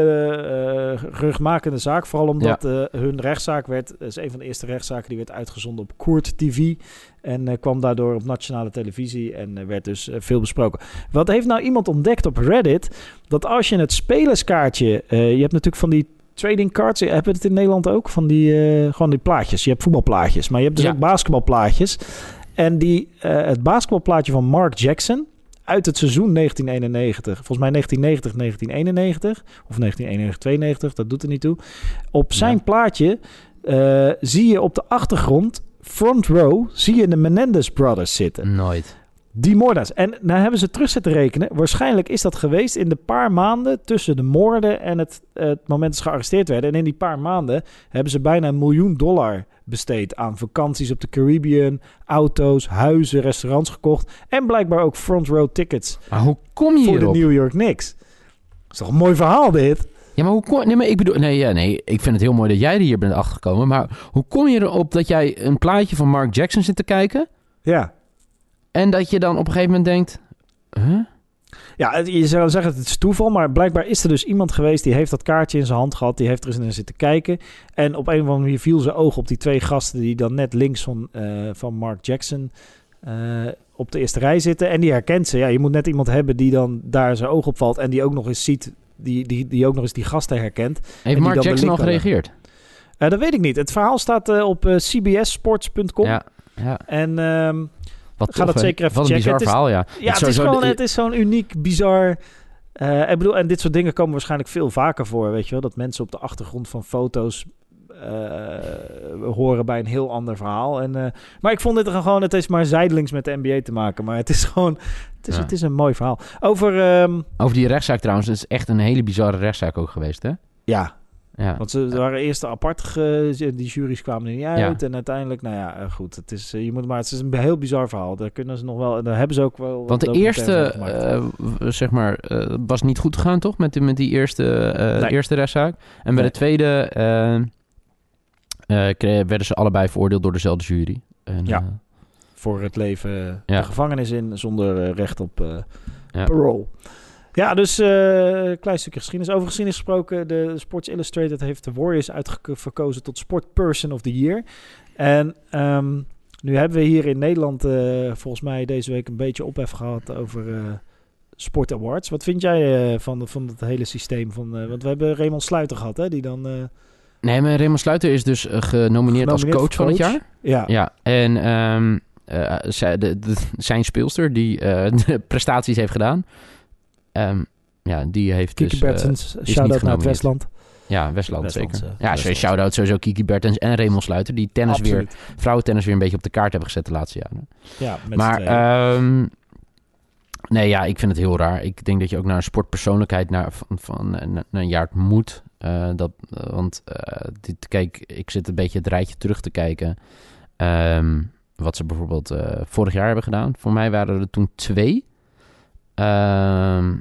hele uh, rugmakende zaak. Vooral omdat ja. uh, hun rechtszaak werd... Dat is een van de eerste rechtszaken die werd uitgezonden op Court T V. En uh, kwam daardoor op nationale televisie. En uh, werd dus uh, veel besproken. Wat heeft nou iemand ontdekt op Reddit? Dat als je het spelerskaartje... Uh, je hebt natuurlijk van die trading cards. Hebben we het in Nederland ook? Van die, uh, gewoon die plaatjes. Je hebt voetbalplaatjes. Maar je hebt dus ja. ook basketbalplaatjes. En die, uh, het basketbalplaatje van Mark Jackson... uit het seizoen negentien eenennegentig. Volgens mij negentien negentig, negentien eenennegentig. Of negentien eenennegentig, tweeënnegentig. Dat doet er niet toe. Op zijn ja. plaatje uh, zie je op de achtergrond... front row, zie je de Menendez Brothers zitten.
Nooit.
Die moordenaars. En nou hebben ze terug zitten rekenen. Waarschijnlijk is dat geweest in de paar maanden... tussen de moorden en het, het moment dat ze gearresteerd werden. En in die paar maanden hebben ze bijna een miljoen dollar... besteed aan vakanties op de Caribbean, auto's, huizen, restaurants gekocht en blijkbaar ook front row tickets.
Maar hoe kom je
voor
hierop?
De New York Knicks? Dat is toch een mooi verhaal dit?
Ja, maar hoe kom nee, maar ik bedoel, nee, ja, nee, ik vind het heel mooi dat jij er hier bent achtergekomen, maar hoe kom je erop dat jij een plaatje van Mark Jackson zit te kijken?
Ja.
En dat je dan op een gegeven moment denkt, huh?
Ja, je zou zeggen dat het is toeval, maar blijkbaar is er dus iemand geweest die heeft dat kaartje in zijn hand gehad, die heeft er eens naar zitten kijken. En op een of andere manier viel zijn oog op die twee gasten die dan net links van, uh, van Mark Jackson uh, op de eerste rij zitten. En die herkent ze. Ja, je moet net iemand hebben die dan daar zijn oog op valt en die ook nog eens ziet, die, die, die ook nog eens die gasten herkent.
Heeft Mark Jackson al gereageerd?
Uh, dat weet ik niet. Het verhaal staat uh, op uh, c b s sports punt com.
Ja, ja.
En um,
Wat
ga dat zeker even
Wat een
checken.
bizar
Het is,
verhaal, ja.
Ja, het is, gewoon, het is zo'n uniek, bizar... Uh, ik bedoel, en dit soort dingen komen waarschijnlijk veel vaker voor, weet je wel. Dat mensen op de achtergrond van foto's uh, horen bij een heel ander verhaal. En, uh, maar ik vond dit er gewoon, het is maar zijdelings met de N B A te maken. Maar het is gewoon, het is, ja. het is een mooi verhaal. Over, um,
Over die rechtszaak trouwens, het is echt een hele bizarre rechtszaak ook geweest, hè?
Ja.
Ja.
Want ze waren eerst apart, ge, die jury's kwamen er niet uit. Ja. En uiteindelijk, nou ja, goed. Het is, je moet maar, het is een heel bizar verhaal. Daar kunnen ze nog wel, daar hebben ze ook wel.
Want de eerste, uh, zeg maar, uh, was niet goed gegaan, toch? Met die, met die eerste, uh, nee. eerste rechtszaak. En bij nee. de tweede uh, uh, kreeg, werden ze allebei veroordeeld door dezelfde jury. En,
ja.
Uh,
Voor het leven
ja.
de gevangenis in zonder uh, recht op uh,
ja.
parole. Ja, dus een uh, klein stukje geschiedenis. Over geschiedenis gesproken, de Sports Illustrated heeft de Warriors uitgekozen tot Sport Person of the Year. En um, nu hebben we hier in Nederland uh, volgens mij deze week een beetje ophef gehad over uh, Sport Awards. Wat vind jij uh, van, van het hele systeem? Van, uh, want we hebben Raymond Sluiter gehad, hè, die dan... Uh,
nee, maar Raymond Sluiter is dus uh, genomineerd, genomineerd als coach, coach van het jaar.
Ja.
Ja, en um, uh, zij, de, de, zijn speelster die uh, de prestaties heeft gedaan... Um, ja, die heeft
Kiki
dus...
Bertens,
uh,
shout-out naar het Westland.
Ja, Westland,
Westland
zeker.
Uh,
ja,
Westland.
shout-out sowieso Kiki Bertens en Raymond Sluiter... die tennis weer, vrouwentennis weer een beetje op de kaart hebben gezet de laatste jaren.
Ja, met
maar um, nee, ja, ik vind het heel raar. Ik denk dat je ook naar een sportpersoonlijkheid naar, van, van, naar een jaar moet. Uh, dat, uh, want uh, dit, kijk, ik zit een beetje het rijtje terug te kijken... Um, wat ze bijvoorbeeld uh, vorig jaar hebben gedaan. Voor mij waren er toen twee... Um,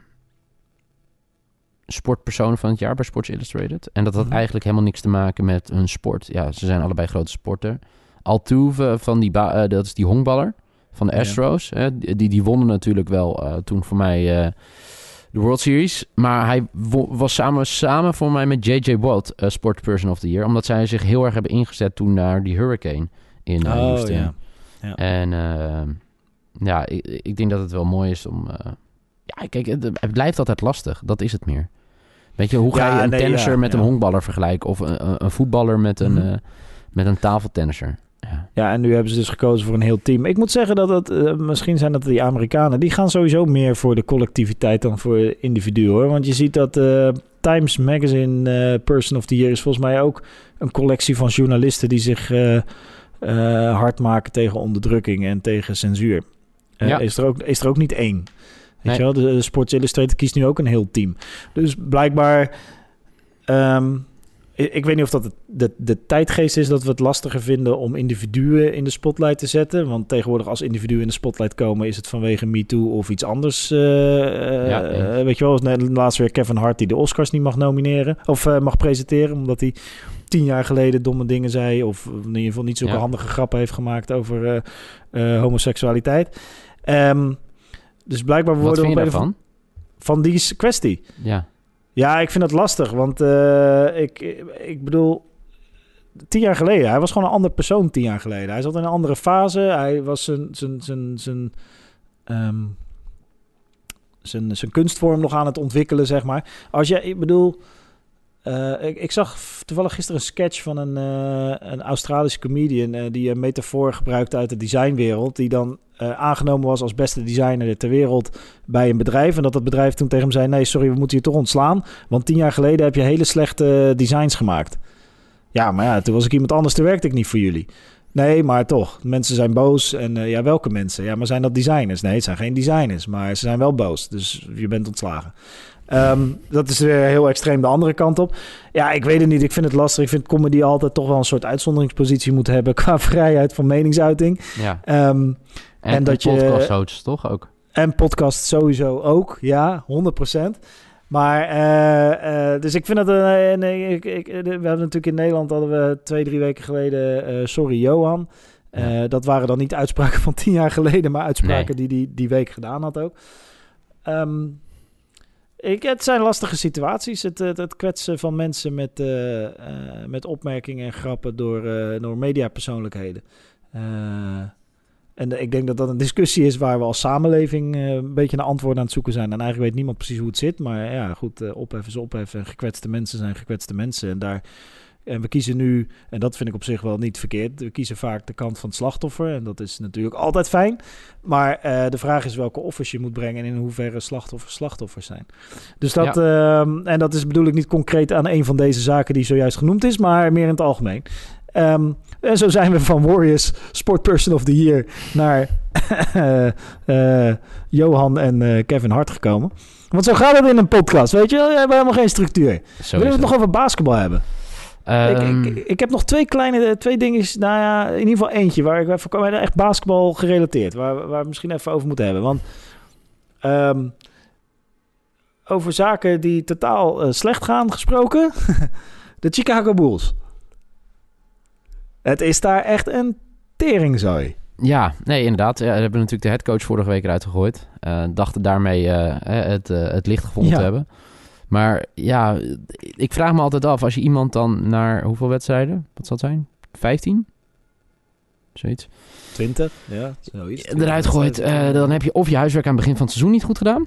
sportpersonen van het jaar bij Sports Illustrated. En dat had mm-hmm. eigenlijk helemaal niks te maken met hun sport. Ja, ze zijn allebei grote sporter. Altuve van die ba- uh, dat is die honkballer van de Astros. Ja. Hè? Die, die wonnen natuurlijk wel uh, toen voor mij uh, de World Series. Maar hij wo- was samen, samen voor mij met J J Watt uh, Sport Person of the Year. Omdat zij zich heel erg hebben ingezet toen naar die hurricane in uh,
oh,
Houston.
Ja. Ja.
En uh, ja, ik, ik denk dat het wel mooi is om... Uh, ja, kijk, het, het blijft altijd lastig. Dat is het meer. Weet je, hoe ga je ja, een nee, tennisser ja, met ja. een honkballer vergelijken? Of een, een voetballer met een, mm-hmm. uh, met een tafeltennisser? Ja.
ja, en nu hebben ze dus gekozen voor een heel team. Ik moet zeggen dat het, uh, misschien zijn dat die Amerikanen... die gaan sowieso meer voor de collectiviteit dan voor individuen, hoor. Want je ziet dat uh, Times Magazine uh, Person of the Year... is volgens mij ook een collectie van journalisten... die zich uh, uh, hard maken tegen onderdrukking en tegen censuur. Uh, ja. is, er ook, is er ook niet één. Weet nee. je wel? De Sports Illustrated kiest nu ook een heel team. Dus blijkbaar... Um, ik, ik weet niet of dat het, de, de tijdgeest is... dat we het lastiger vinden om individuen in de spotlight te zetten. Want tegenwoordig als individuen in de spotlight komen... is het vanwege MeToo of iets anders. Uh, ja, uh, weet je wel, was laatst weer Kevin Hart... die de Oscars niet mag nomineren of uh, mag presenteren... omdat hij tien jaar geleden domme dingen zei... of in ieder geval niet zulke ja. handige grappen heeft gemaakt... over uh, uh, homoseksualiteit. Um, Dus blijkbaar worden
Wat vind je
we
daarvan?
Van die kwestie.
Ja.
Ja, ik vind het lastig. Want uh, ik, ik bedoel... Tien jaar geleden... Hij was gewoon een ander persoon tien jaar geleden. Hij zat in een andere fase. Hij was zijn... zijn, zijn, zijn um, zijn, zijn kunstvorm nog aan het ontwikkelen, zeg maar. Als je... Ik bedoel... Uh, ik, ik zag toevallig gisteren een sketch van een, uh, een Australische comedian... Uh, die een metafoor gebruikte uit de designwereld... die dan uh, aangenomen was als beste designer ter wereld bij een bedrijf... en dat dat bedrijf toen tegen hem zei... nee, sorry, we moeten je toch ontslaan... want tien jaar geleden heb je hele slechte designs gemaakt. Ja, maar ja, toen was ik iemand anders... toen werkte ik niet voor jullie. Nee, maar toch, mensen zijn boos. En uh, ja, welke mensen? Ja, maar zijn dat designers? Nee, het zijn geen designers, maar ze zijn wel boos. Dus je bent ontslagen. Um, dat is weer heel extreem de andere kant op. Ja, ik weet het niet. Ik vind het lastig. Ik vind comedy altijd toch wel een soort uitzonderingspositie moet hebben... qua vrijheid van meningsuiting.
Ja.
Um,
en, en dat en je podcast toch ook?
En podcast sowieso ook, ja, honderd procent. Maar, uh, uh, dus ik vind dat... Uh, uh, ik, ik, we hebben natuurlijk in Nederland... hadden we twee, drie weken geleden... Uh, Sorry Johan. Uh, ja. Dat waren dan niet uitspraken van tien jaar geleden... maar uitspraken nee. die die die week gedaan had ook. Um, ik, het zijn lastige situaties. Het, het, het kwetsen van mensen met, uh, uh, met opmerkingen en grappen... door, uh, door mediapersoonlijkheden. Uh, En ik denk dat dat een discussie is waar we als samenleving uh, een beetje naar antwoorden aan het zoeken zijn. En eigenlijk weet niemand precies hoe het zit. Maar ja, goed, uh, opheffen is opheffen. En gekwetste mensen zijn gekwetste mensen. En daar En we kiezen nu, en dat vind ik op zich wel niet verkeerd, we kiezen vaak de kant van het slachtoffer. En dat is natuurlijk altijd fijn. Maar uh, de vraag is welke offers je moet brengen en in hoeverre slachtoffers slachtoffers zijn. Dus dat, ja. uh, en dat is bedoel ik niet concreet aan een van deze zaken die zojuist genoemd is, maar meer in het algemeen. Um, en zo zijn we van Warriors Sportperson of the Year naar uh, uh, Johan en uh, Kevin Hart gekomen. Want zo gaat het in een podcast, weet je. We hebben helemaal geen structuur. Zo Willen we het nog over basketbal hebben? Um, ik, ik, ik heb nog twee kleine twee dingen. Nou ja, in ieder geval eentje waar ik even kwam. Echt basketbal gerelateerd. Waar, waar we misschien even over moeten hebben. Want um, over zaken die totaal uh, slecht gaan gesproken. De Chicago Bulls. Het is daar echt een teringzooi.
Ja, nee, inderdaad. Ja, we hebben natuurlijk de headcoach vorige week eruit gegooid. Uh, dachten daarmee uh, het, uh, het licht gevonden ja. te hebben. Maar ja, ik vraag me altijd af, als je iemand dan naar hoeveel wedstrijden, wat zal het zijn? vijftien? Zoiets.
twintig, ja, zoiets.
Eruit gooit, uh, dan heb je of je huiswerk aan het begin van het seizoen niet goed gedaan.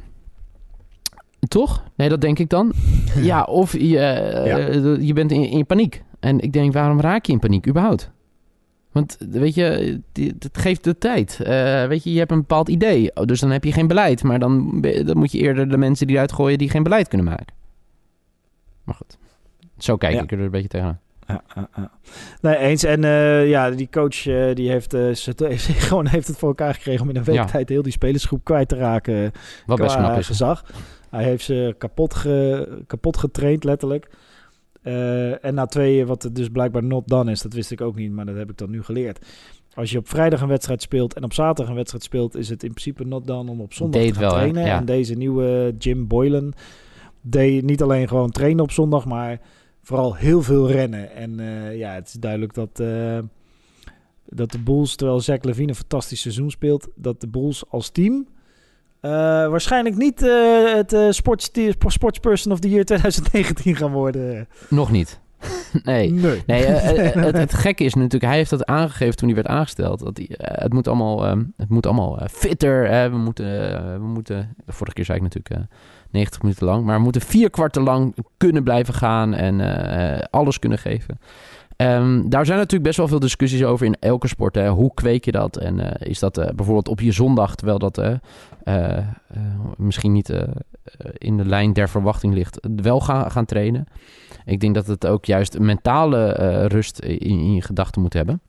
Toch? Nee, dat denk ik dan. Ja, of je, uh, ja. je bent in, in paniek. En ik denk, waarom raak je in paniek überhaupt? Want weet je, het geeft de tijd. Uh, weet je, je hebt een bepaald idee. Dus dan heb je geen beleid. Maar dan, dan moet je eerder de mensen die uitgooien die geen beleid kunnen maken. Maar goed, zo kijk ja. ik er een beetje tegenaan.
Ja, ja, ja. Nee, eens. En uh, ja, die coach uh, die heeft, uh, gewoon heeft het voor elkaar gekregen om in een week ja. tijd heel die spelersgroep kwijt te raken.
Wat best knap is.
Gezag. Hij heeft ze kapot, ge, kapot getraind, letterlijk. Uh, en na twee, wat het dus blijkbaar not done is, dat wist ik ook niet, maar dat heb ik dan nu geleerd. Als je op vrijdag een wedstrijd speelt en op zaterdag een wedstrijd speelt, is het in principe not done om op zondag deed te gaan wel, trainen. Ja. En deze nieuwe Jim Boylan deed niet alleen gewoon trainen op zondag, maar vooral heel veel rennen. En uh, ja, het is duidelijk dat, uh, dat de Bulls, terwijl Zach LaVine een fantastisch seizoen speelt, dat de Bulls als team Uh, waarschijnlijk niet uh, het uh, sports, Sportsperson of the Year twintig negentien gaan worden.
Nog niet. Nee. Nee. nee uh, het, het, het gekke is natuurlijk, hij heeft dat aangegeven toen hij werd aangesteld. Dat hij, uh, het moet allemaal, um, het moet allemaal uh, fitter. Uh, we, moeten, uh, we moeten, de vorige keer zei ik natuurlijk uh, negentig minuten lang. Maar we moeten vier kwarten lang kunnen blijven gaan en uh, alles kunnen geven. Um, daar zijn natuurlijk best wel veel discussies over in elke sport. Hè. Hoe kweek je dat? En uh, is dat uh, bijvoorbeeld op je zondag, terwijl dat uh, uh, uh, misschien niet uh, in de lijn der verwachting ligt, wel gaan, gaan trainen? Ik denk dat het ook juist een mentale uh, rust in, in je gedachten moet hebben.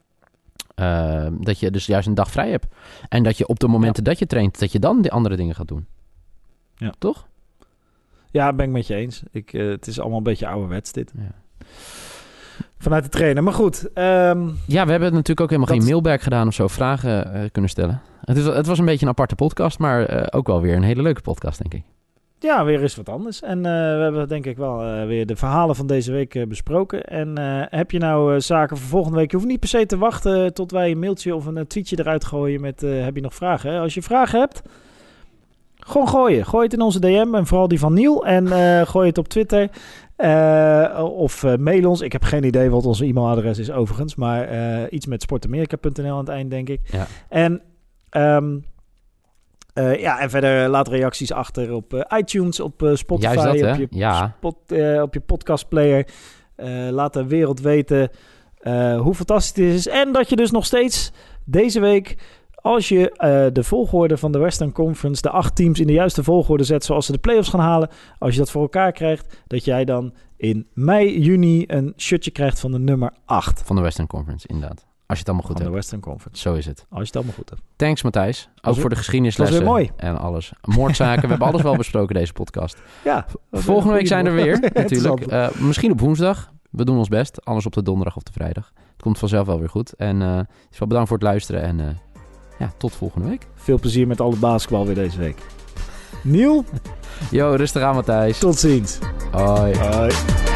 Uh, dat je dus juist een dag vrij hebt. En dat je op de momenten ja. dat je traint, dat je dan de andere dingen gaat doen.
Ja.
Toch?
Ja, ben ik met je eens. Ik, uh, het is allemaal een beetje ouderwets dit.
Ja.
Vanuit de trainer. Maar goed. Um,
ja, we hebben natuurlijk ook helemaal geen mailback gedaan of zo. Vragen uh, kunnen stellen. Het, is, het was een beetje een aparte podcast, maar uh, ook wel weer een hele leuke podcast, denk ik.
Ja, weer eens wat anders. En uh, we hebben denk ik wel uh, weer de verhalen van deze week uh, besproken. En uh, heb je nou uh, zaken voor volgende week? Je hoeft niet per se te wachten tot wij een mailtje of een uh, tweetje eruit gooien met uh, heb je nog vragen? Hè? Als je vragen hebt, gewoon gooien. Gooi het in onze D M en vooral die van Niel. En uh, gooi het op Twitter. Uh, of uh, mail ons. Ik heb geen idee wat onze e-mailadres is overigens. Maar uh, iets met sportamerika punt n l aan het eind, denk ik.
Ja.
En, um, uh, ja, en verder laat reacties achter op uh, iTunes, op uh, Spotify.
Juist dat,
op, je
ja.
spot, uh, op je podcastplayer. Uh, laat de wereld weten uh, hoe fantastisch het is. En dat je dus nog steeds deze week, als je uh, de volgorde van de Western Conference, de acht teams in de juiste volgorde zet zoals ze de playoffs gaan halen, als je dat voor elkaar krijgt, dat jij dan in mei, juni een shirtje krijgt van de nummer acht.
Van de Western Conference, inderdaad. Als je het allemaal goed
van
hebt.
De Western Conference.
Zo is het.
Als je het allemaal goed hebt.
Thanks Matthijs. Ook voor de geschiedenislessen.
Dat is weer mooi.
En alles. Moordzaken. We hebben alles wel besproken deze podcast.
Ja.
Volgende week zijn er weer, natuurlijk. Uh, misschien op woensdag. We doen ons best. Anders op de donderdag of de vrijdag. Het komt vanzelf wel weer goed. En uh, dus wel bedankt voor het luisteren. En uh, ja, tot volgende week.
Veel plezier met alle basketbal weer deze week. Niel?
Yo, rustig aan Matthijs.
Tot ziens.
Hoi.
Hoi.